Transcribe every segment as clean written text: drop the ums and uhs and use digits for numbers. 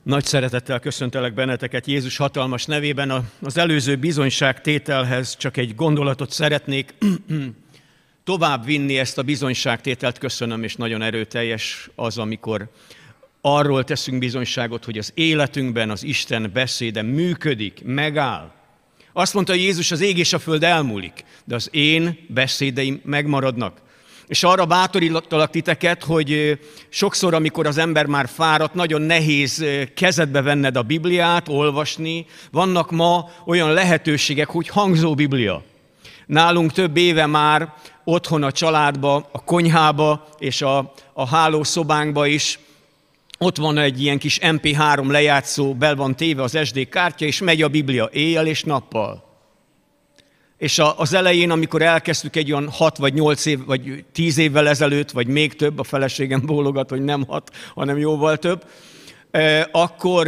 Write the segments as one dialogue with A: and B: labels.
A: Nagy szeretettel köszöntelek benneteket Jézus hatalmas nevében. Az előző bizonyságtételhez csak egy gondolatot szeretnék tovább vinni, ezt a bizonyságtételt köszönöm, és nagyon erőteljes az, amikor arról teszünk bizonyságot, hogy az életünkben az Isten beszéde működik, megáll. Azt mondta Jézus, az ég és a föld elmúlik, de az én beszédeim megmaradnak. És arra bátorítalak titeket, hogy sokszor, amikor az ember már fáradt, nagyon nehéz kezedbe venned a Bibliát, olvasni. Vannak ma olyan lehetőségek, hogy hangzó Biblia. Nálunk több éve már otthon a családba, a konyhába és a hálószobánkba is ott van egy ilyen kis MP3 lejátszó, bel van téve az SD kártya, és megy a Biblia éjjel és nappal. És az elején, amikor elkezdtük egy olyan 6 vagy 8 év, vagy 10 évvel ezelőtt, vagy még több, a feleségem bólogat, hogy nem 6, hanem jóval több, akkor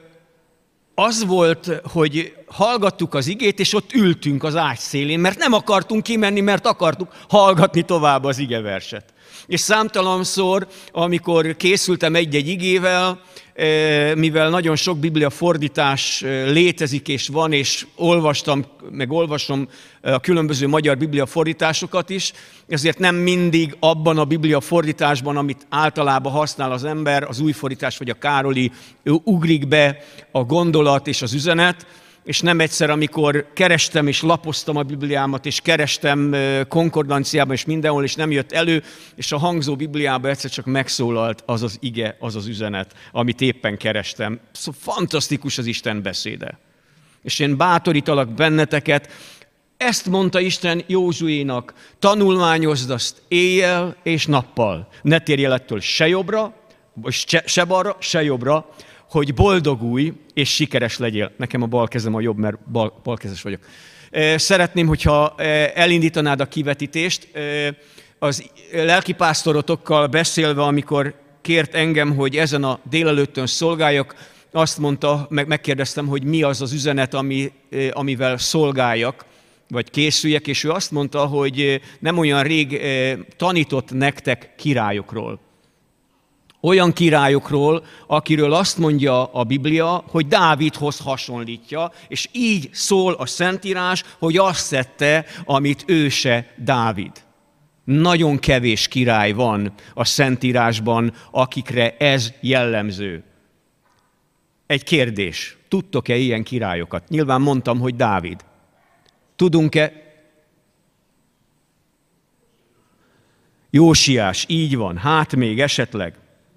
A: az volt, hogy hallgattuk az igét, és ott ültünk az ágy szélén, mert nem akartunk kimenni, mert akartuk hallgatni tovább az igeverset. És számtalanszor, amikor készültem egy-egy igével, mivel nagyon sok Biblia fordítás létezik és van, és olvastam, meg olvasom a különböző magyar Biblia fordításokat is, ezért nem mindig abban a Biblia fordításban, amit általában használ az ember, az új fordítás vagy a Károli, ugrik be a gondolat és az üzenet, és nem egyszer, amikor kerestem és lapoztam a Bibliámat, és kerestem konkordanciában és mindenhol, és nem jött elő, és a hangzó Bibliában egyszer csak megszólalt az az ige, az az üzenet, amit éppen kerestem. Szóval fantasztikus az Isten beszéde. És én bátorítalak benneteket, ezt mondta Isten Józsuénak, tanulmányozd azt éjjel és nappal. Ne térj el ettől se jobbra, se balra, se jobbra, hogy boldogulj és sikeres legyél. Nekem a bal kezem a jobb, mert balkezes vagyok. Szeretném, hogyha elindítanád a kivetítést. Az lelkipásztorotokkal beszélve, amikor kért engem, hogy ezen a délelőttön szolgáljak, azt mondta, megkérdeztem, hogy mi az az üzenet, amivel szolgáljak, vagy készüljek, és ő azt mondta, hogy nem olyan rég tanított nektek királyokról. Olyan királyokról, akiről azt mondja a Biblia, hogy Dávidhoz hasonlítja, és így szól a Szentírás, hogy azt tette, amit őse Dávid. Nagyon kevés király van a Szentírásban, akikre ez jellemző. Egy kérdés, tudtok-e ilyen királyokat? Nyilván mondtam, hogy Dávid. Tudunk-e? Jósiás, így van, hát még esetleg.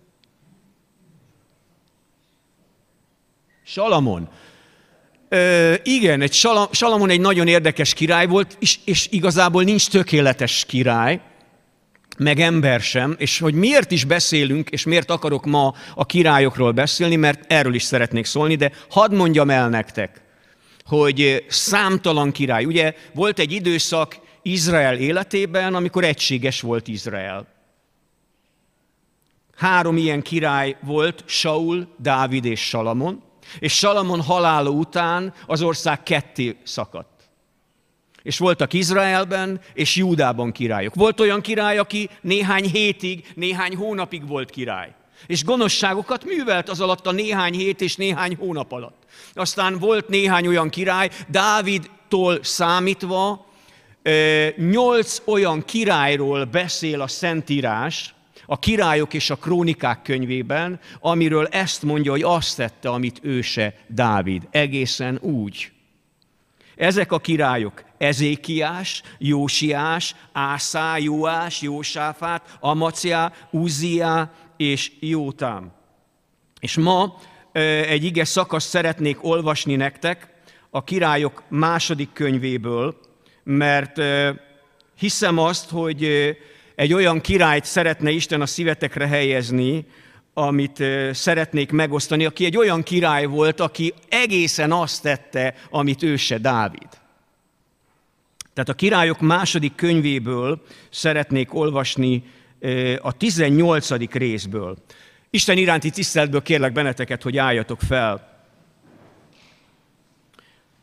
A: Salamon. Igen, Salamon egy nagyon érdekes király volt, és igazából nincs tökéletes király, meg ember sem, és hogy miért is beszélünk, és miért akarok ma a királyokról beszélni, mert erről is szeretnék szólni, de hadd mondjam el nektek, hogy számtalan király. Ugye volt egy időszak Izrael életében, amikor egységes volt Izrael. 3 ilyen király volt, Saul, Dávid és Salamon, és Salamon halála után az ország ketté szakadt. És voltak Izraelben és Júdában királyok. Volt olyan király, aki néhány hétig, néhány hónapig volt király. És gonoszságokat művelt az alatt a néhány hét és néhány hónap alatt. Aztán volt néhány olyan király, Dávidtól számítva 8 olyan királyról beszél a Szentírás, a Királyok és a Krónikák könyvében, amiről ezt mondja, hogy azt tette, amit őse Dávid. Egészen úgy. Ezek a királyok Ezékiás, Jósiás, Ászá, Jóás, Jósáfát, Amaciá, Uzziá és Jótám. És ma egy ige szakaszt szeretnék olvasni nektek a Királyok 2. könyvéből, mert hiszem azt, hogy egy olyan királyt szeretne Isten a szívetekre helyezni, amit szeretnék megosztani, aki egy olyan király volt, aki egészen azt tette, amit őse Dávid. Tehát a Királyok 2. könyvéből szeretnék olvasni a 18. részből. Isten iránti tiszteletből kérlek benneteket, hogy álljatok fel.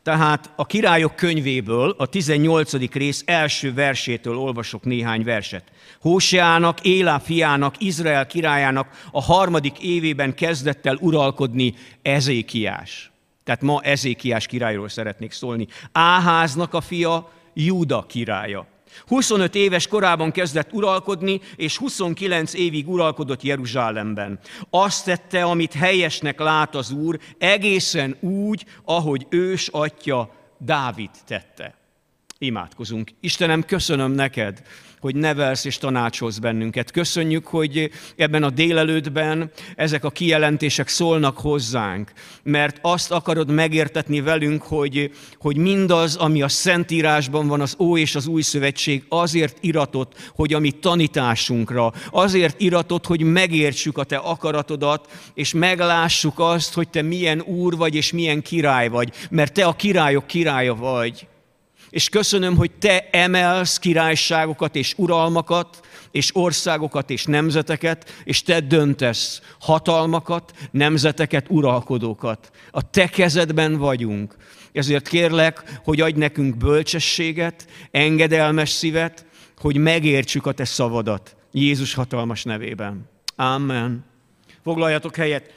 A: Tehát a Királyok könyvéből, a 18. rész első versétől olvasok néhány verset. Hóseának, Élá fiának, Izrael királyának a 3. évében kezdett el uralkodni Ezékiás. Tehát ma Ezékiás királyról szeretnék szólni. Áháznak a fia, Júda királya. 25 éves korában kezdett uralkodni, és 29 évig uralkodott Jeruzsálemben. Azt tette, amit helyesnek lát az Úr, egészen úgy, ahogy ősatya Dávid tette. Imádkozunk. Istenem, köszönöm neked, hogy nevelsz és tanácsolsz bennünket. Köszönjük, hogy ebben a délelőttben ezek a kijelentések szólnak hozzánk, mert azt akarod megértetni velünk, hogy mindaz, ami a Szentírásban van, az Ó és az Új Szövetség azért iratott, hogy a mi tanításunkra, azért iratott, hogy megértsük a te akaratodat, és meglássuk azt, hogy te milyen Úr vagy, és milyen király vagy, mert te a királyok királya vagy. És köszönöm, hogy te emelsz királyságokat és uralmakat, és országokat és nemzeteket, és te döntesz hatalmakat, nemzeteket, uralkodókat. A te kezedben vagyunk. Ezért kérlek, hogy adj nekünk bölcsességet, engedelmes szívet, hogy megértsük a te szavadat. Jézus hatalmas nevében. Amen. Foglaljatok helyet.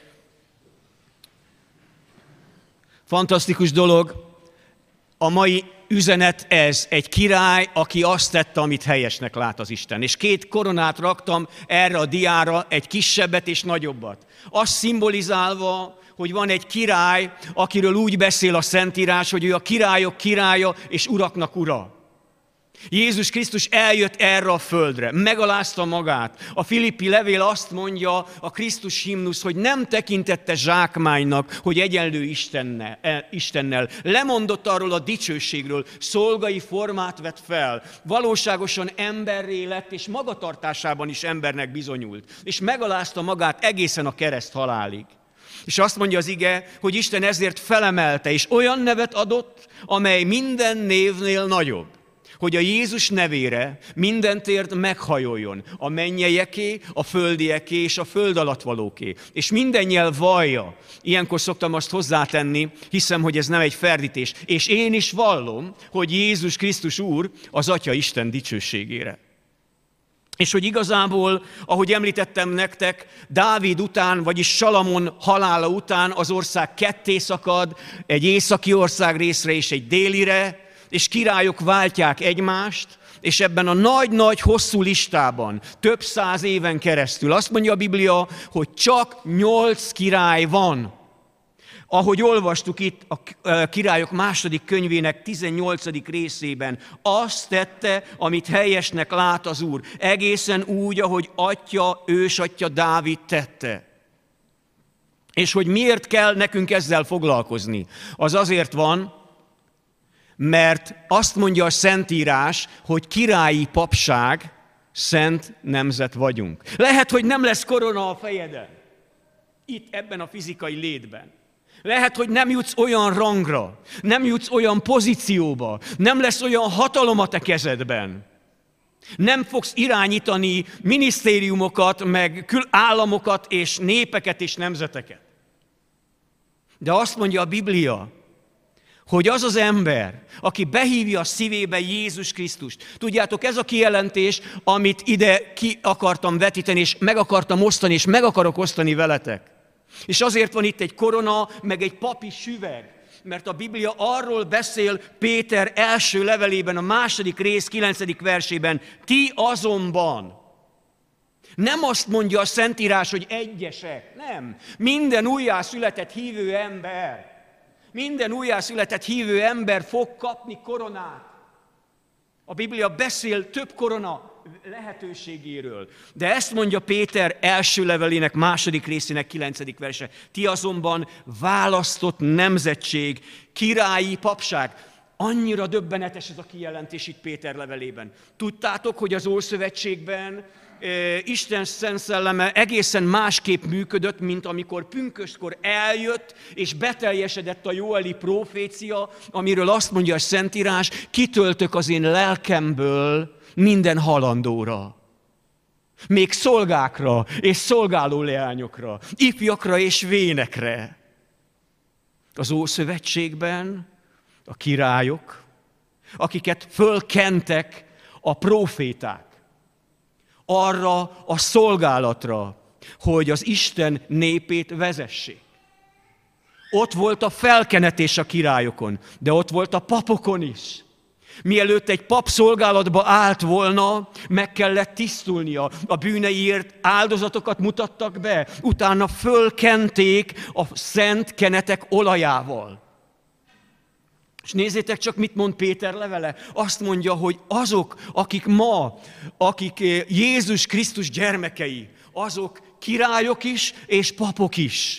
A: Fantasztikus dolog. A mai üzenet ez, egy király, aki azt tette, amit helyesnek lát az Isten. És 2 koronát raktam erre a diára, egy kisebbet és nagyobbat. Azt szimbolizálva, hogy van egy király, akiről úgy beszél a Szentírás, hogy ő a királyok királya és uraknak ura. Jézus Krisztus eljött erre a földre, megalázta magát. A Filippi levél azt mondja, a Krisztus himnusz, hogy nem tekintette zsákmánynak, hogy egyenlő Istennel. Lemondott arról a dicsőségről, szolgai formát vett fel. Valóságosan emberré lett, és magatartásában is embernek bizonyult. És megalázta magát egészen a kereszt halálig. És azt mondja az ige, hogy Isten ezért felemelte, és olyan nevet adott, amely minden névnél nagyobb, hogy a Jézus nevére minden térd meghajoljon, a mennyeieké, a földieké és a föld alatt valóké. És minden nyelv vallja. Ilyenkor szoktam azt hozzátenni, hiszem, hogy ez nem egy ferdítés. És én is vallom, hogy Jézus Krisztus Úr az Atya Isten dicsőségére. És hogy igazából, ahogy említettem nektek, Dávid után, vagyis Salamon halála után az ország ketté szakad, egy északi ország részre és egy délire, és királyok váltják egymást, és ebben a nagy-nagy hosszú listában, több 100 éven keresztül azt mondja a Biblia, hogy csak 8 király van. Ahogy olvastuk itt a Királyok második könyvének 18. részében, azt tette, amit helyesnek lát az Úr, egészen úgy, ahogy atya, ősatya Dávid tette. És hogy miért kell nekünk ezzel foglalkozni? Az azért van, mert azt mondja a Szentírás, hogy királyi papság, szent nemzet vagyunk. Lehet, hogy nem lesz korona a fejeden, itt ebben a fizikai létben. Lehet, hogy nem jutsz olyan rangra, nem jutsz olyan pozícióba, nem lesz olyan hatalom a te kezedben. Nem fogsz irányítani minisztériumokat, meg államokat és népeket és nemzeteket. De azt mondja a Biblia, hogy az az ember, aki behívja a szívébe Jézus Krisztust. Tudjátok, ez a kijelentés, amit ide ki akartam vetíteni, és meg akartam osztani, és meg akarok osztani veletek. És azért van itt egy korona, meg egy papi süveg, mert a Biblia arról beszél Péter első levelében, a 2. rész 9. versében, ti azonban. Nem azt mondja a Szentírás, hogy egyesek, nem. Minden újjászületett hívő ember. Minden újjászületett hívő ember fog kapni koronát. A Biblia beszél több korona lehetőségéről. De ezt mondja Péter első levelének 2. részének 9. verse. Ti azonban választott nemzetség, királyi papság. Annyira döbbenetes ez a kijelentés itt Péter levelében. Tudtátok, hogy az Ószövetségben Isten szent szelleme egészen másképp működött, mint amikor pünköstkor eljött, és beteljesedett a jóeli profécia, amiről azt mondja a Szentírás, kitöltök az én lelkemből minden halandóra. Még szolgákra és szolgáló leányokra, ifjakra és vénekre. Az Ószövetségben a királyok, akiket fölkentek a próféták arra a szolgálatra, hogy az Isten népét vezessék. Ott volt a felkenetés a királyokon, de ott volt a papokon is. Mielőtt egy pap szolgálatba állt volna, meg kellett tisztulnia. A bűneiért áldozatokat mutattak be, utána fölkenték a szent kenetek olajával. És nézzétek csak, mit mond Péter levele. Azt mondja, hogy azok, akik Jézus Krisztus gyermekei, azok királyok is és papok is.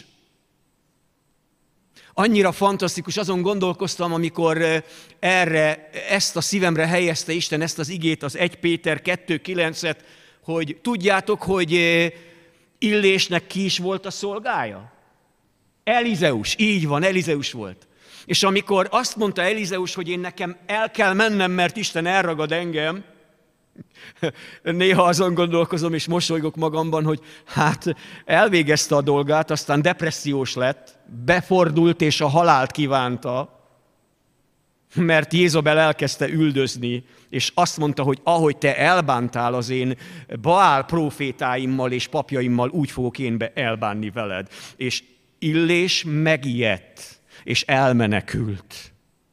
A: Annyira fantasztikus, azon gondolkoztam, amikor ezt a szívemre helyezte Isten, ezt az igét, az 1 Péter 2:9-et, hogy tudjátok, hogy Illésnek ki is volt a szolgája? Elizeus, így van, Elizeus volt. És amikor azt mondta Elizeus, hogy én nekem el kell mennem, mert Isten elragad engem, néha azon gondolkozom és mosolygok magamban, hogy hát elvégezte a dolgát, aztán depressziós lett, befordult és a halált kívánta, mert Jézabel elkezdte üldözni, és azt mondta, hogy ahogy te elbántál az én Baál prófétáimmal és papjaimmal, úgy fogok én elbánni veled. És Illés megijedt, és elmenekült.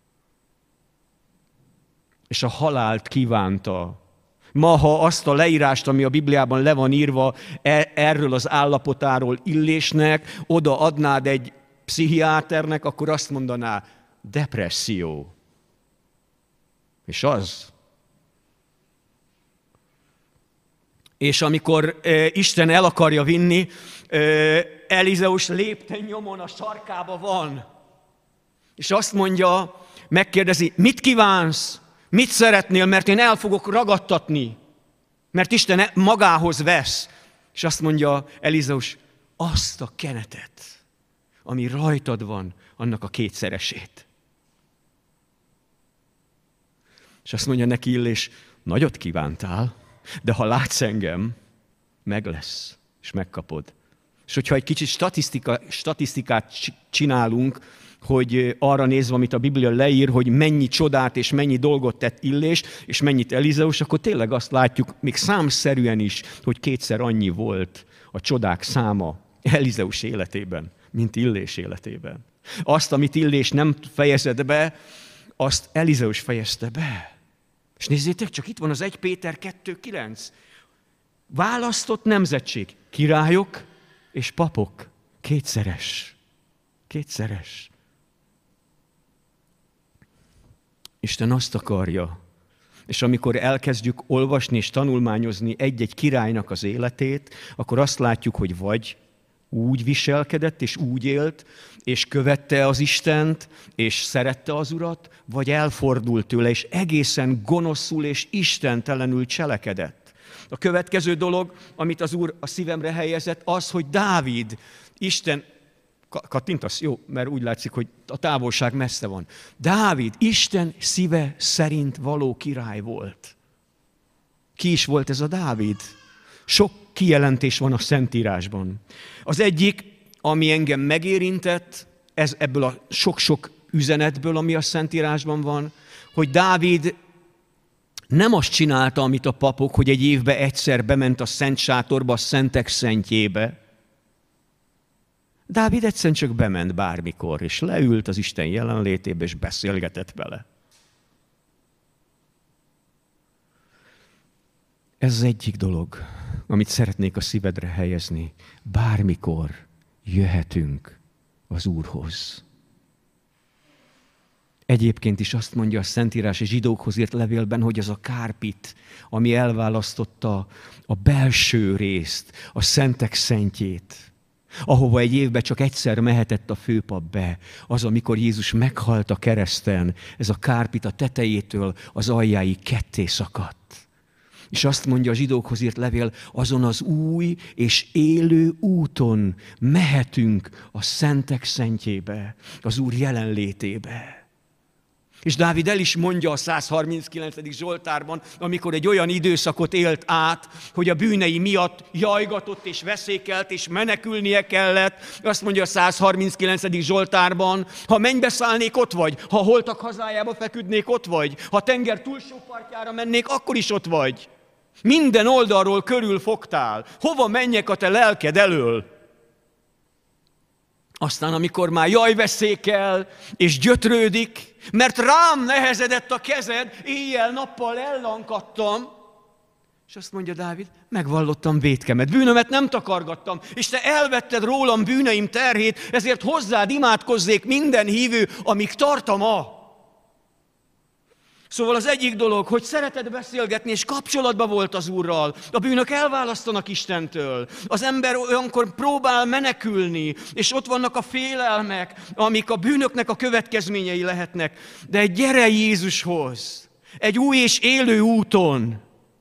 A: És a halált kívánta. Ma, ha azt a leírást, ami a Bibliában le van írva erről az állapotáról Illésnek, oda adnád egy pszichiáternek, akkor azt mondaná, depresszió. És az. És amikor Isten el akarja vinni, Elizeus lépten nyomon a sarkába van. És azt mondja, megkérdezi, mit kívánsz? Mit szeretnél, mert én el fogok ragadtatni, mert Isten magához vesz. És azt mondja Elizeus, azt a kenetet, ami rajtad van, annak a kétszeresét. És azt mondja neki Illés, nagyot kívántál, de ha látsz engem, meg lesz, és megkapod. És hogyha egy kicsit statisztikát csinálunk, hogy arra nézve, amit a Biblia leír, hogy mennyi csodát és mennyi dolgot tett Illés, és mennyit Elizeus, akkor tényleg azt látjuk, még számszerűen is, hogy kétszer annyi volt a csodák száma Elizeus életében, mint Illés életében. Azt, amit Illés nem fejezett be, azt Elizeus fejezte be. És nézzétek, csak itt van az 1 Péter 2:9. Választott nemzetség, királyok és papok. Kétszeres. Kétszeres. Isten azt akarja, és amikor elkezdjük olvasni és tanulmányozni egy-egy királynak az életét, akkor azt látjuk, hogy vagy úgy viselkedett, és úgy élt, és követte az Istent, és szerette az Urat, vagy elfordult tőle, és egészen gonoszul és istentelenül cselekedett. A következő dolog, amit az Úr a szívemre helyezett, az, hogy Dávid, Isten, kattintasz? Jó, mert úgy látszik, hogy a távolság messze van. Dávid, Isten szíve szerint való király volt. Ki is volt ez a Dávid? Sok kijelentés van a Szentírásban. Az egyik, ami engem megérintett, ez ebből a sok-sok üzenetből, ami a Szentírásban van, hogy Dávid nem azt csinálta, amit a papok, hogy egy évbe egyszer bement a Szent Sátorba, a Szentek Szentjébe. Dávid egyszerűen csak bement bármikor, és leült az Isten jelenlétébe, és beszélgetett vele. Ez az egyik dolog, amit szeretnék a szívedre helyezni. Bármikor jöhetünk az Úrhoz. Egyébként is azt mondja a Szentírás és zsidókhoz írt levélben, hogy az a kárpit, ami elválasztotta a belső részt, a Szentek Szentjét, ahova egy évben csak egyszer mehetett a főpap be, az, amikor Jézus meghalt a kereszten, ez a kárpit a tetejétől az aljáig ketté szakadt. És azt mondja a zsidókhoz írt levél, azon az új és élő úton mehetünk a Szentek Szentjébe, az Úr jelenlétébe. És Dávid el is mondja a 139. Zsoltárban, amikor egy olyan időszakot élt át, hogy a bűnei miatt jajgatott és veszékelt és menekülnie kellett. Azt mondja a 139. Zsoltárban, ha mennybe szállnék, ott vagy, ha holtak hazájába feküdnék, ott vagy, ha tenger túlsó partjára mennék, akkor is ott vagy. Minden oldalról körül fogtál. Hova menjek a te lelked elől? Aztán, amikor már jajveszékel és gyötrődik, mert rám nehezedett a kezed, éjjel-nappal ellankadtam, és azt mondja Dávid, megvallottam vétkemet, bűnömet nem takargattam, és te elvetted rólam bűneim terhét, ezért hozzád imádkozzék minden hívő, amíg tart a ma. Szóval az egyik dolog, hogy szereted beszélgetni, és kapcsolatban volt az Úrral. A bűnök elválasztanak Istentől. Az ember olyankor próbál menekülni, és ott vannak a félelmek, amik a bűnöknek a következményei lehetnek. De gyere Jézushoz, egy új és élő úton.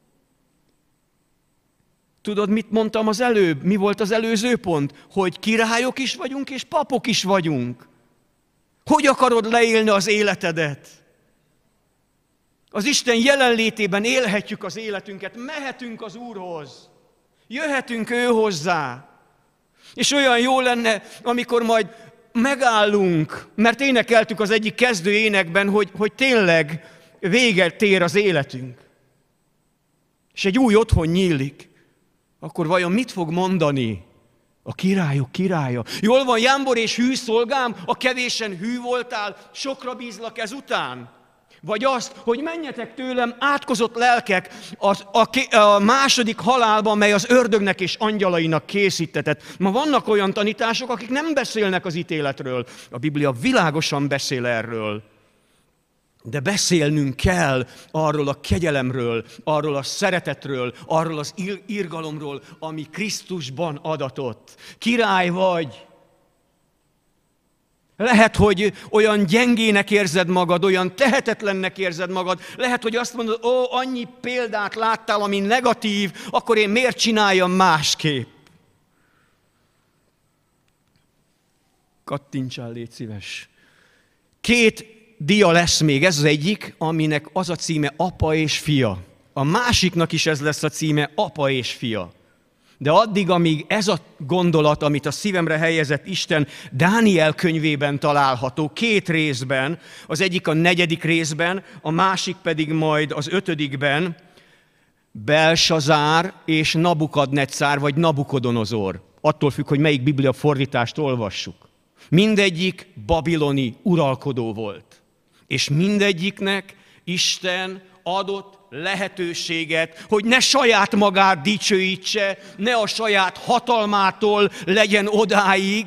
A: Tudod, mit mondtam az előbb? Mi volt az előző pont? Hogy királyok is vagyunk, és papok is vagyunk. Hogy akarod leélni az életedet? Az Isten jelenlétében élhetjük az életünket, mehetünk az Úrhoz, jöhetünk ő hozzá. És olyan jó lenne, amikor majd megállunk, mert énekeltük az egyik kezdő énekben, hogy tényleg véget ér az életünk. És egy új otthon nyílik. Akkor vajon mit fog mondani a királyok királya? Jól van, jámbor és hű szolgám, a kevésen hű voltál, sokra bízlak ezután? Vagy azt, hogy menjetek tőlem, átkozott lelkek a második halálban, mely az ördögnek és angyalainak készítetett. Ma vannak olyan tanítások, akik nem beszélnek az ítéletről. A Biblia világosan beszél erről. De beszélnünk kell arról a kegyelemről, arról a szeretetről, arról az irgalomról, ami Krisztusban adatott. Király vagy. Lehet, hogy olyan gyengének érzed magad, olyan tehetetlennek érzed magad. Lehet, hogy azt mondod, annyi példát láttál, ami negatív, akkor én miért csináljam másképp? Kattintsál, légy szíves. 2 dia lesz még, ez az egyik, aminek az a címe Apa és Fia. A másiknak is ez lesz a címe Apa és Fia. De addig, amíg ez a gondolat, amit a szívemre helyezett Isten Dániel könyvében található, 2 részben, az egyik a 4. részben, a másik pedig majd az 5. Belsazár és Nabukadnetszár, vagy Nabukodonozor. Attól függ, hogy melyik Biblia fordítást olvassuk. Mindegyik babiloni uralkodó volt. És mindegyiknek Isten adott lehetőséget, hogy ne saját magát dicsőítse, ne a saját hatalmától legyen odáig.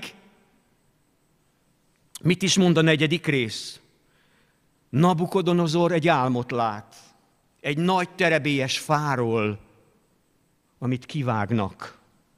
A: Mit is mond a 4. rész? Nabukodonozor egy álmot lát. Egy nagy terebélyes fáról, amit kivágnak.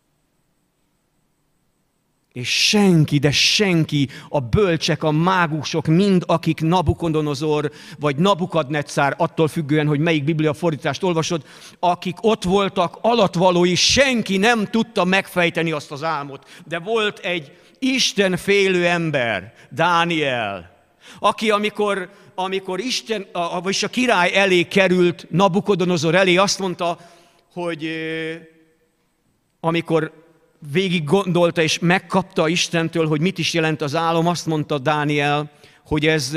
A: És senki, de senki, a bölcsek, a mágusok, mind akik Nabukodonozor vagy Nabukadnetszár, attól függően, hogy melyik Biblia fordítást olvasod, akik ott voltak, alattvalói, senki nem tudta megfejteni azt az álmot. De volt egy Isten félő ember, Dániel, aki amikor Isten, vagyis a király elé került, Nabukodonozor elé, azt mondta, hogy amikor végig gondolta és megkapta Istentől, hogy mit is jelent az álom, azt mondta Dániel, hogy ez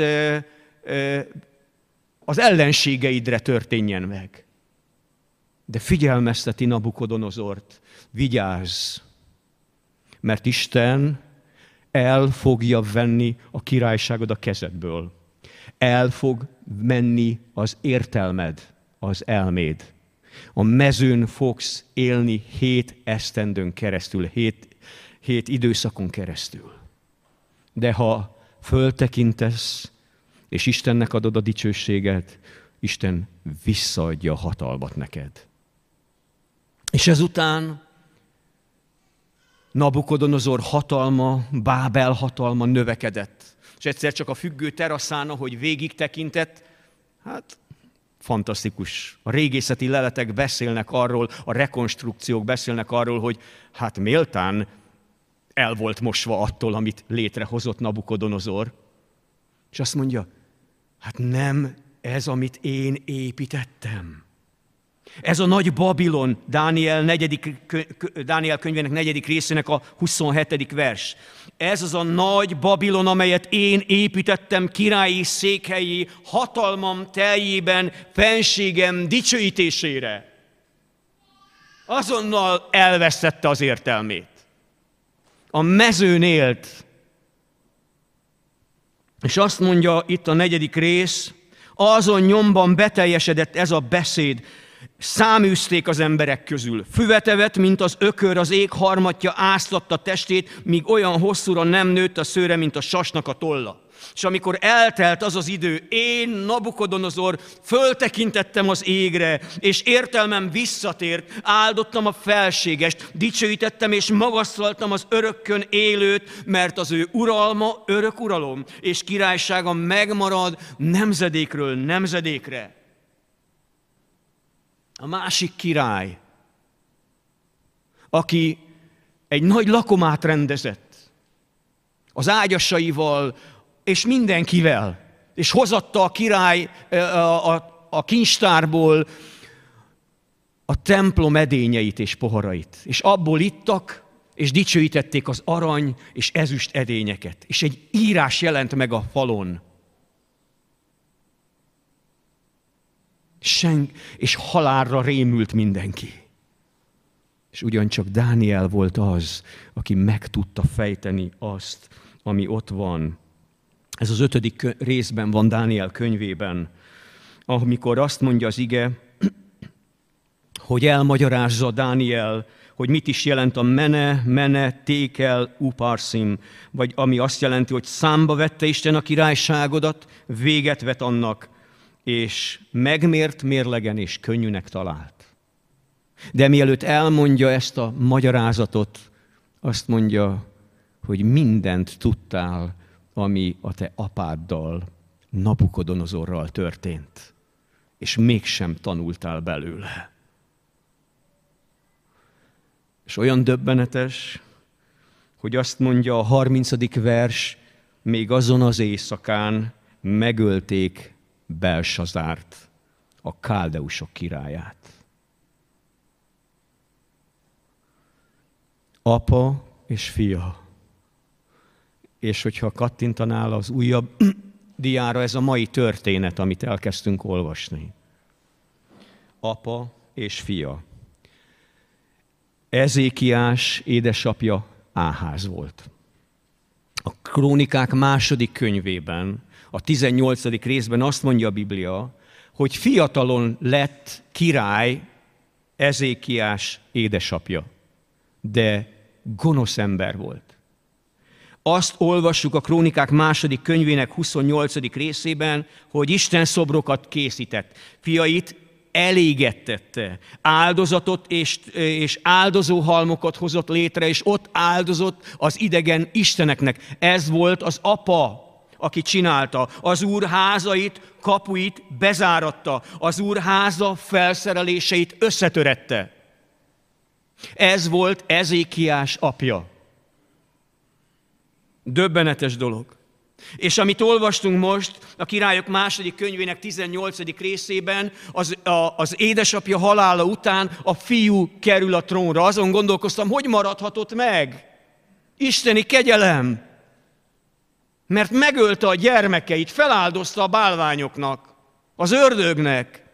A: az ellenségeidre történjen meg. De figyelmezteti Nabukodonozort, vigyázz, mert Isten el fogja venni a királyságod a kezedből. El fog menni az értelmed, az elméd. A mezőn fogsz élni 7 esztendőn keresztül, 7 időszakon keresztül. De ha föltekintesz, és Istennek adod a dicsőséget, Isten visszaadja a hatalmat neked. És ezután Nabukodonozor hatalma, Bábel hatalma növekedett. És egyszer csak a függő teraszán, ahogy végig tekintett, hát fantasztikus. A régészeti leletek beszélnek arról, a rekonstrukciók beszélnek arról, hogy hát méltán el volt mosva attól, amit létrehozott Nabukodonozor. És azt mondja, Hát nem ez, amit én építettem. Ez a nagy Babilon, Dániel könyvének 4. részének a 27. vers. Ez az a nagy Babilon, amelyet én építettem királyi székhelyi, hatalmam teljében, fenségem dicsőítésére. Azonnal elvesztette az értelmét. A mezőn élt. És azt mondja itt a 4. rész, azon nyomban beteljesedett ez a beszéd. Száműzték az emberek közül. Füvet evett, mint az ökör, az ég harmatja áztatta testét, míg olyan hosszúra nem nőtt a szőre, mint a sasnak a tolla. És amikor eltelt az az idő, én, Nabukodonozor, föltekintettem az égre, és értelmem visszatért, áldottam a felségest, dicsőítettem és magasztaltam az örökkön élőt, mert az ő uralma örök uralom, és királysága megmarad nemzedékről nemzedékre. A másik király, aki egy nagy lakomát rendezett, az ágyasaival és mindenkivel, és hozatta a király a kincstárból a templom edényeit és poharait, és abból ittak, és dicsőítették az arany és ezüst edényeket. És egy írás jelent meg a falon. És halálra rémült mindenki. És ugyancsak Dániel volt az, aki meg tudta fejteni azt, ami ott van. Ez az 5. részben van Dániel könyvében, amikor azt mondja az ige, hogy elmagyarázza Dániel, hogy mit is jelent a mene, tékel, uparszim, vagy ami azt jelenti, hogy számba vette Isten a királyságodat, véget vet annak, és megmért mérlegen és könnyűnek talált. De mielőtt elmondja ezt a magyarázatot, azt mondja, hogy mindent tudtál, ami a te apáddal, Nabukodonozorral történt, és mégsem tanultál belőle. És olyan döbbenetes, hogy azt mondja a 30. vers, még azon az éjszakán megölték Belsazárt, a káldeusok királyát. Apa és fia. És hogyha kattintanál az újabb diára, ez a mai történet, amit elkezdtünk olvasni. Apa és fia. Ezékiás édesapja Áház volt. A Krónikák 2. könyvében, a 18. részben azt mondja a Biblia, hogy fiatalon lett király Ezékiás édesapja, de gonosz ember volt. Azt olvassuk a Krónikák 2. könyvének 28. részében, hogy Isten szobrokat készített. Fiait elégettette, áldozatot és áldozóhalmokat hozott létre, és ott áldozott az idegen isteneknek. Ez volt az apa, aki csinálta. Az Úr házait, kapuit bezáratta. Az Úr háza felszereléseit összetörette. Ez volt Ezékiás apja. Döbbenetes dolog. És amit olvastunk most a Királyok 2. könyvének 18. részében, az édesapja halála után a fiú kerül a trónra. Azon gondolkoztam, hogy maradhatott meg? Isteni kegyelem! Mert megölte a gyermekeit, feláldozta a bálványoknak, az ördögnek.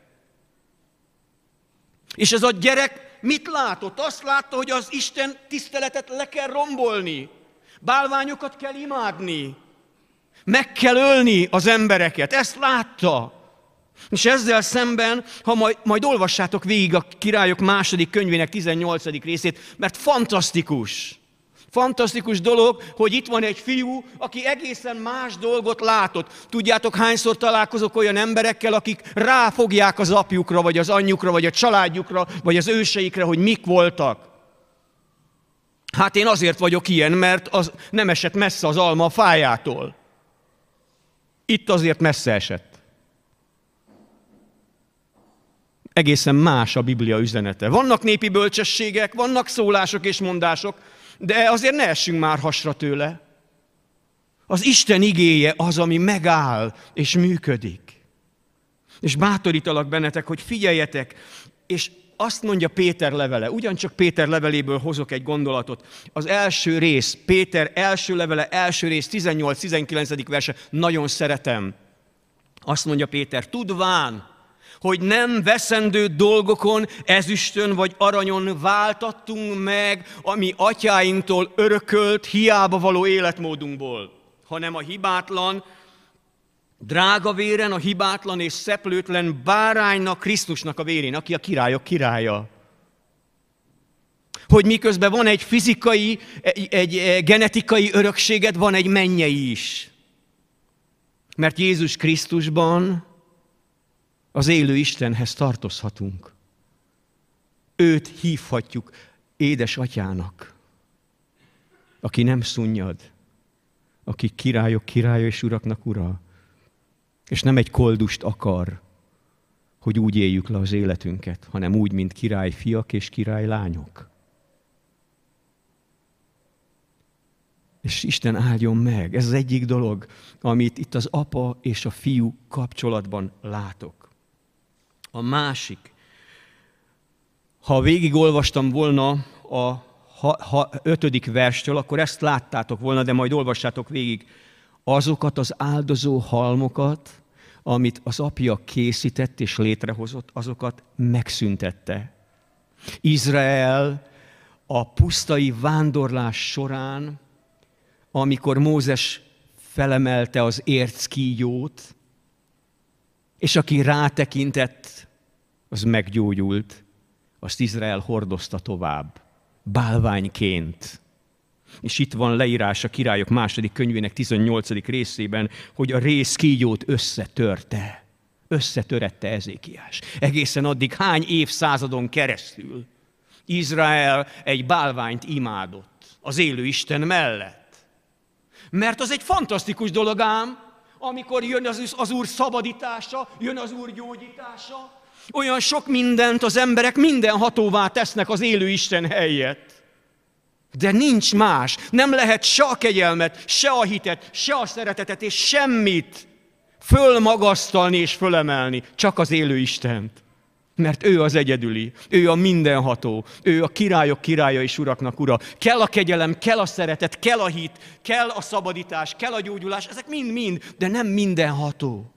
A: És ez a gyerek mit látott? Azt látta, hogy az Isten tiszteletet le kell rombolni. Bálványokat kell imádni. Meg kell ölni az embereket. Ezt látta. És ezzel szemben, ha majd olvassátok végig a Királyok 2. könyvének 18. részét, mert fantasztikus. Fantasztikus dolog, hogy itt van egy fiú, aki egészen más dolgot látott. Tudjátok, hányszor találkozok olyan emberekkel, akik ráfogják az apjukra, vagy az anyjukra, vagy a családjukra, vagy az őseikre, hogy mik voltak. Hát én azért vagyok ilyen, mert az nem esett messze az alma a fájától. Itt azért messze esett. Egészen más a Biblia üzenete. Vannak népi bölcsességek, vannak szólások és mondások, de azért ne essünk már hasra tőle. Az Isten igéje az, ami megáll és működik. És bátorítalak bennetek, hogy figyeljetek, és azt mondja Péter levele, ugyancsak Péter leveléből hozok egy gondolatot. Az első rész, Péter első levele, első rész, 18-19. verse, nagyon szeretem. Azt mondja Péter, tudván, hogy nem veszendő dolgokon, ezüstön vagy aranyon váltattunk meg, ami atyáinktól örökölt, hiába való életmódunkból, hanem a hibátlan, drága véren, a hibátlan és szeplőtlen báránynak, Krisztusnak a vérén, aki a királyok királya. Hogy miközben van egy fizikai, egy genetikai örökséged, van egy mennyei is. Mert Jézus Krisztusban az élő Istenhez tartozhatunk. Őt hívhatjuk édesatyának, aki nem szunnyad, aki királyok királya és uraknak ura. És nem egy koldust akar, hogy úgy éljük le az életünket, hanem úgy, mint királyfiak és királylányok. És Isten áldjon meg. Ez az egyik dolog, amit itt az apa és a fiú kapcsolatban látok. A másik, ha végigolvastam volna a 5. verstől, akkor ezt láttátok volna, de majd olvassátok végig. Azokat az áldozó halmokat, amit az apja készített és létrehozott, azokat megszüntette. Izrael a pusztai vándorlás során, amikor Mózes felemelte az érckígyót, és aki rátekintett, az meggyógyult, azt Izrael hordozta tovább, bálványként. És itt van leírás a Királyok második könyvének 18. részében, hogy a rézkígyót összetörette Ezékiás. Egészen addig hány évszázadon keresztül Izrael egy bálványt imádott az élő Isten mellett. Mert az egy fantasztikus dolog ám, amikor jön az Úr szabadítása, jön az Úr gyógyítása, olyan sok mindent az emberek mindenhatóvá tesznek az élő Isten helyett. De nincs más, nem lehet se a kegyelmet, se a hitet, se a szeretetet, és semmit fölmagasztalni és fölemelni, csak az élő Istent. Mert ő az egyedüli, ő a mindenható, ő a királyok királya és uraknak ura. Kell a kegyelem, kell a szeretet, kell a hit, kell a szabadítás, kell a gyógyulás, ezek mind-mind, de nem mindenható.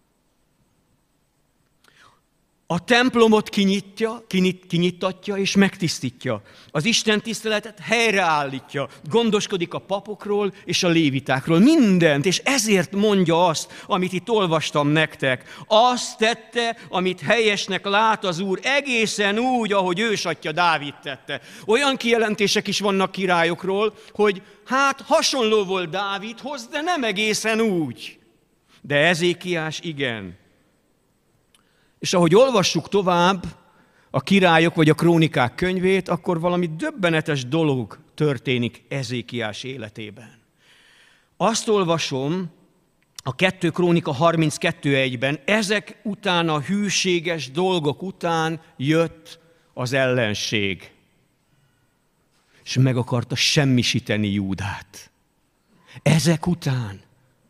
A: A templomot kinyitatja és megtisztítja. Az Isten tiszteletet helyreállítja. Gondoskodik a papokról és a lévitákról. Mindent, és ezért mondja azt, amit itt olvastam nektek. Azt tette, amit helyesnek lát az Úr, egészen úgy, ahogy ősatja Dávid tette. Olyan kijelentések is vannak királyokról, hogy hát hasonló volt Dávidhoz, de nem egészen úgy. De Ezékiás igen. És ahogy olvassuk tovább a Királyok vagy a Krónikák könyvét, akkor valami döbbenetes dolog történik Ezékiás életében. Azt olvasom a 2 Krónika 32:1-ben, ezek után a hűséges dolgok után jött az ellenség, és meg akarta semmisíteni Júdát. Ezek után.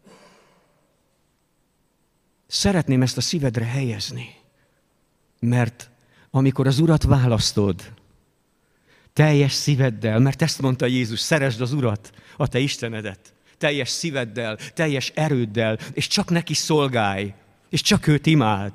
A: Szeretném ezt a szívedre helyezni, mert amikor az Urat választod, teljes szíveddel, mert ezt mondta Jézus, szeresd az Urat, a te Istenedet, teljes szíveddel, teljes erőddel, és csak neki szolgálj, és csak őt imád.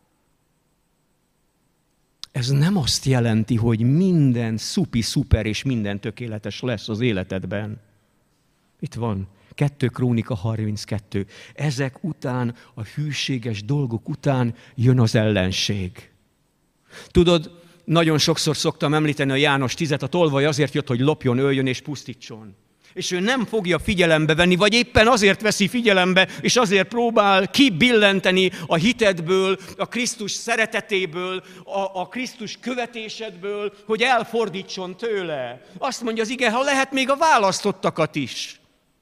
A: Ez nem azt jelenti, hogy minden szuper és minden tökéletes lesz az életedben. Itt van. 2 Krónika 32. Ezek után, a hűséges dolgok után jön az ellenség. Tudod, nagyon sokszor szoktam említeni a János 10-et, a tolvaj azért jött, hogy lopjon, öljön és pusztítson. És ő nem fogja figyelembe venni, vagy éppen azért veszi figyelembe, és azért próbál kibillenteni a hitedből, a Krisztus szeretetéből, a Krisztus követésedből, hogy elfordítson tőle. Azt mondja az ige, ha lehet még a választottakat is.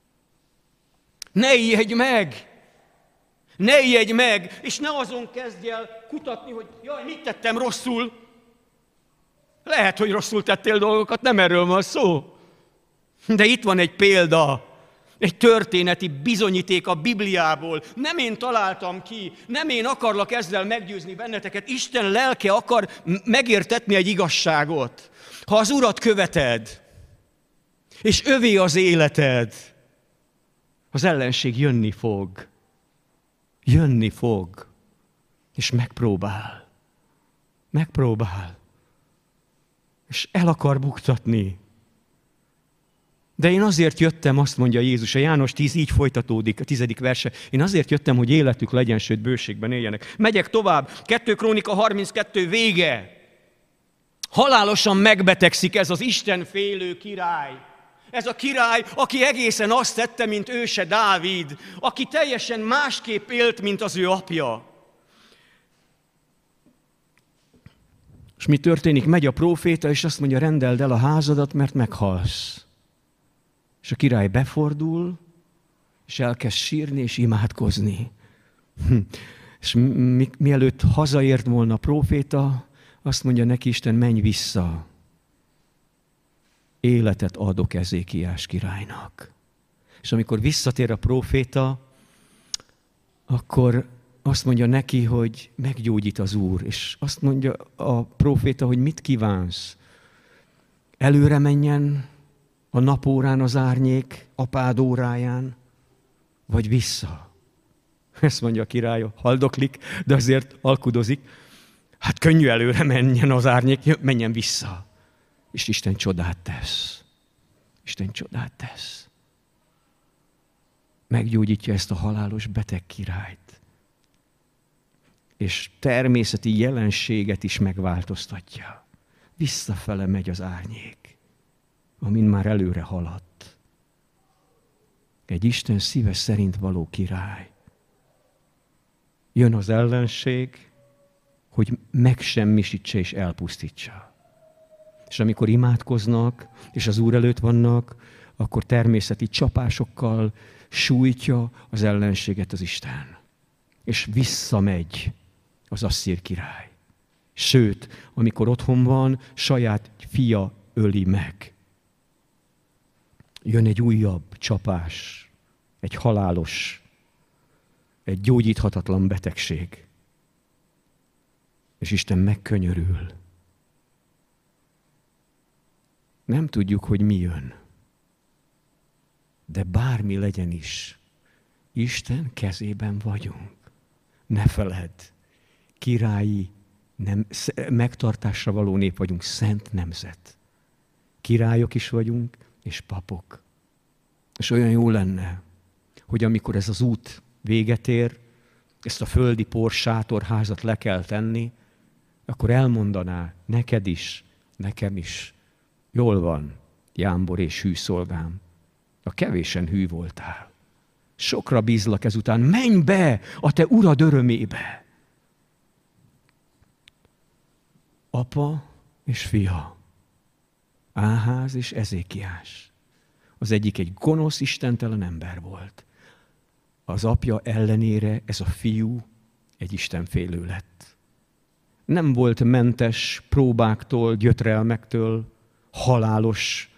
A: Ne ijedj meg! Ne ijedj meg! És ne azon kezdj el kutatni, hogy jaj, mit tettem rosszul. Lehet, hogy rosszul tettél dolgokat, nem erről van szó. De itt van egy példa. Egy történeti bizonyíték a Bibliából. Nem én találtam ki, nem én akarlak ezzel meggyőzni benneteket. Isten lelke akar megértetni egy igazságot. Ha az Urat követed, és övé az életed, az ellenség jönni fog. Jönni fog. És megpróbál. Megpróbál. És el akar buktatni. De én azért jöttem, azt mondja Jézus, a János 10 így folytatódik, a 10. verse. Én azért jöttem, hogy életük legyen, sőt bőségben éljenek. Megyek tovább. 2 Krónika 32 vége. Halálosan megbetegszik ez az istenfélő király. Ez a király, aki egészen azt tette, mint őse Dávid, aki teljesen másképp élt, mint az ő apja. És mi történik? Megy a próféta, és azt mondja, rendeld el a házadat, mert meghalsz. És a király befordul, és elkezd sírni és imádkozni. És mielőtt hazaért volna a próféta, azt mondja neki Isten, menj vissza. Életet adok Ezékiás királynak. És amikor visszatér a próféta, akkor azt mondja neki, hogy meggyógyít az Úr. És azt mondja a próféta, hogy mit kívánsz? Előre menjen a napórán az árnyék, apád óráján, vagy vissza? Ezt mondja a király, haldoklik, de azért alkudozik. Hát könnyű előre menjen az árnyék, menjen vissza. És Isten csodát tesz. Isten csodát tesz. Meggyógyítja ezt a halálos beteg királyt. És természeti jelenséget is megváltoztatja. Visszafele megy az árnyék, amin már előre haladt. Egy Isten szíve szerint való király. Jön az ellenség, hogy megsemmisítse és elpusztítsa. És amikor imádkoznak, és az Úr előtt vannak, akkor természeti csapásokkal sújtja az ellenséget az Isten. És visszamegy az asszír király. Sőt, amikor otthon van, saját fia öli meg. Jön egy újabb csapás, egy halálos, egy gyógyíthatatlan betegség. És Isten megkönyörül. Nem tudjuk, hogy mi jön. De bármi legyen is, Isten kezében vagyunk. Ne feledd, királyi, megtartásra való nép vagyunk, szent nemzet. Királyok is vagyunk, és papok. És olyan jó lenne, hogy amikor ez az út véget ér, ezt a földi porsátorházat le kell tenni, akkor elmondaná neked is, nekem is, jól van, jámbor és hű szolgám. A kevésen hű voltál. Sokra bízlak ezután, menj be a te urad örömébe. Apa és fia, Áház és Ezékiás. Az egyik egy gonosz, istentelen ember volt. Az apja ellenére ez a fiú egy istenfélő lett. Nem volt mentes próbáktól, gyötrelmektől, halálos,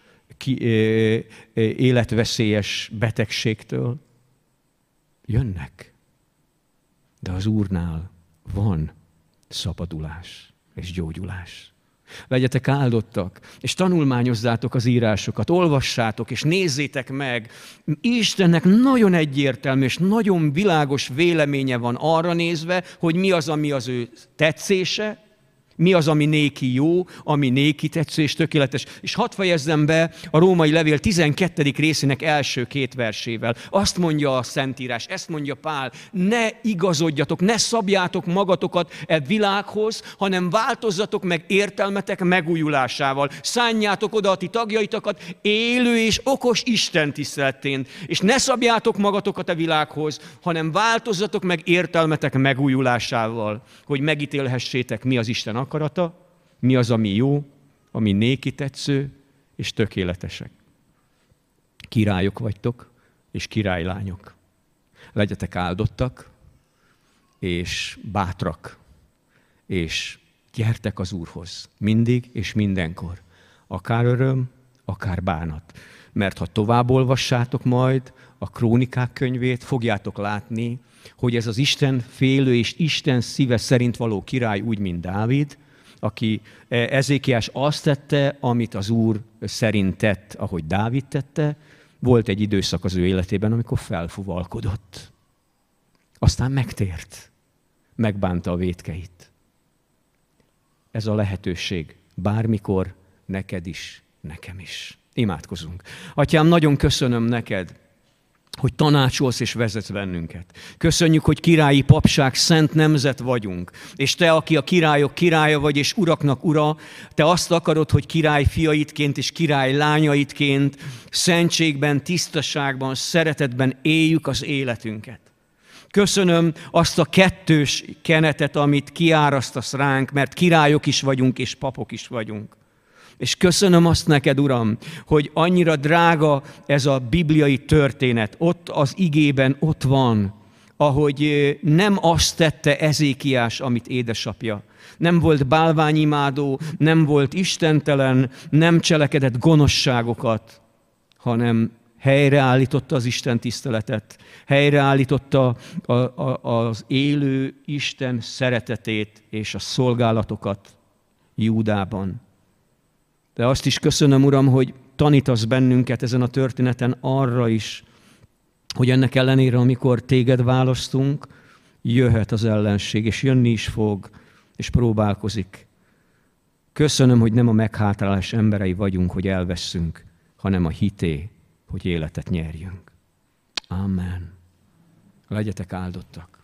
A: életveszélyes betegségtől. Jönnek, de az Úrnál van szabadulás és gyógyulás. Legyetek áldottak, és tanulmányozzátok az írásokat, olvassátok, és nézzétek meg. Istennek nagyon egyértelmű és nagyon világos véleménye van arra nézve, hogy mi az, ami az ő tetszése, mi az, ami néki jó, ami néki tetsző és tökéletes. És hadd fejezzem be a Római Levél 12. részének első 2 versével. Azt mondja a Szentírás, ezt mondja Pál, ne igazodjatok, ne szabjátok magatokat e világhoz, hanem változzatok meg értelmetek megújulásával. Szánjátok oda a ti tagjaitokat élő és okos Isten tiszteletén. És ne szabjátok magatokat a világhoz, hanem változzatok meg értelmetek megújulásával, hogy megítélhessétek, mi az Isten akarata, mi az, ami jó, ami néki tetsző és tökéletesek. Királyok vagytok, és királylányok. Legyetek áldottak, és bátrak, és gyertek az Úrhoz, mindig és mindenkor. Akár öröm, akár bánat. Mert ha tovább olvassátok majd a Krónikák könyvét, fogjátok látni, hogy ez az Isten félő és Isten szíve szerint való király úgy, mint Dávid, aki Ezékiás azt tette, amit az Úr szerint tett, ahogy Dávid tette, volt egy időszak az ő életében, amikor felfuvalkodott. Aztán megtért, megbánta a vétkeit. Ez a lehetőség bármikor neked is, nekem is. Imádkozunk. Atyám, nagyon köszönöm neked, hogy tanácsolsz és vezetsz bennünket. Köszönjük, hogy királyi papság, szent nemzet vagyunk. És te, aki a királyok királya vagy, és uraknak ura, te azt akarod, hogy király fiaidként és király lányaidként szentségben, tisztaságban, szeretetben éljük az életünket. Köszönöm azt a kettős kenetet, amit kiárasztasz ránk, mert királyok is vagyunk, és papok is vagyunk. És köszönöm azt neked, Uram, hogy annyira drága ez a bibliai történet. Ott az igében ott van, ahogy nem azt tette Ezékiás, amit édesapja. Nem volt bálványimádó, nem volt istentelen, nem cselekedett gonoszságokat, hanem helyreállította az Isten tiszteletet, helyreállította az élő Isten szeretetét és a szolgálatokat Júdában. De azt is köszönöm, Uram, hogy tanítasz bennünket ezen a történeten arra is, hogy ennek ellenére, amikor téged választunk, jöhet az ellenség, és jönni is fog, és próbálkozik. Köszönöm, hogy nem a meghátrálás emberei vagyunk, hogy elvesszünk, hanem a hité, hogy életet nyerjünk. Amen. Legyetek áldottak.